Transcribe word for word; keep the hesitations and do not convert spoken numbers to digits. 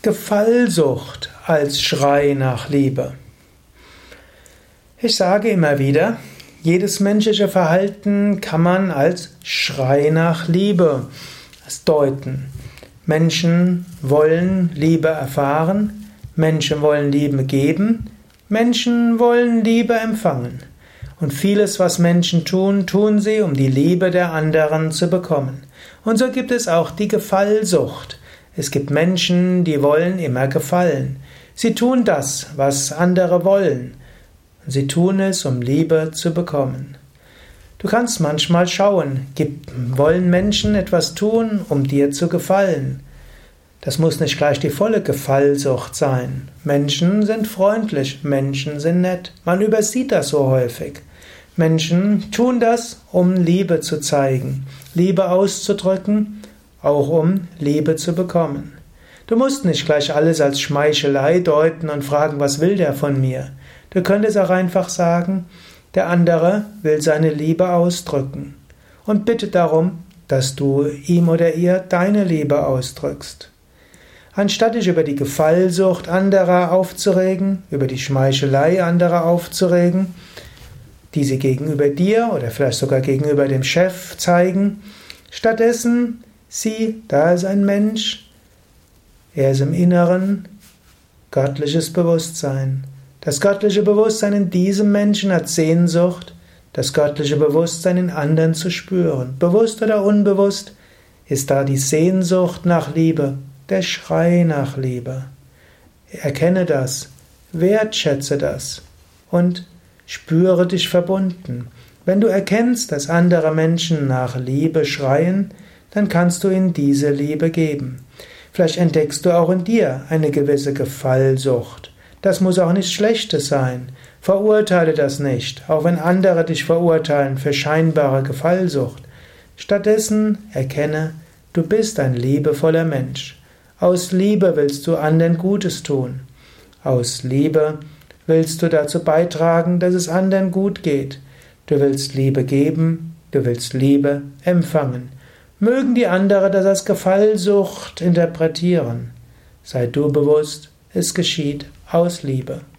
Gefallsucht als Schrei nach Liebe. Ich sage immer wieder, jedes menschliche Verhalten kann man als Schrei nach Liebe deuten. Menschen wollen Liebe erfahren, Menschen wollen Liebe geben, Menschen wollen Liebe empfangen. Und vieles, was Menschen tun, tun sie, um die Liebe der anderen zu bekommen. Und so gibt es auch die Gefallsucht. Es gibt Menschen, die wollen immer gefallen. Sie tun das, was andere wollen. Und sie tun es, um Liebe zu bekommen. Du kannst manchmal schauen, wollen Menschen etwas tun, um dir zu gefallen? Das muss nicht gleich die volle Gefallsucht sein. Menschen sind freundlich, Menschen sind nett. Man übersieht das so häufig. Menschen tun das, um Liebe zu zeigen, Liebe auszudrücken, auch um Liebe zu bekommen. Du musst nicht gleich alles als Schmeichelei deuten und fragen, was will der von mir? Du könntest auch einfach sagen, der andere will seine Liebe ausdrücken und bitte darum, dass du ihm oder ihr deine Liebe ausdrückst. Anstatt dich über die Gefallsucht anderer aufzuregen, über die Schmeichelei anderer aufzuregen, die sie gegenüber dir oder vielleicht sogar gegenüber dem Chef zeigen, stattdessen sieh, da ist ein Mensch, er ist im Inneren göttliches Bewusstsein. Das göttliche Bewusstsein in diesem Menschen hat Sehnsucht, das göttliche Bewusstsein in anderen zu spüren. Bewusst oder unbewusst ist da die Sehnsucht nach Liebe, der Schrei nach Liebe. Erkenne das, wertschätze das und spüre dich verbunden. Wenn du erkennst, dass andere Menschen nach Liebe schreien, dann kannst du ihnen diese Liebe geben. Vielleicht entdeckst du auch in dir eine gewisse Gefallsucht. Das muss auch nichts Schlechtes sein. Verurteile das nicht, auch wenn andere dich verurteilen für scheinbare Gefallsucht. Stattdessen erkenne, du bist ein liebevoller Mensch. Aus Liebe willst du anderen Gutes tun. Aus Liebe willst du dazu beitragen, dass es anderen gut geht. Du willst Liebe geben, du willst Liebe empfangen. Mögen die anderen das als Gefallsucht interpretieren. Sei du bewusst, es geschieht aus Liebe.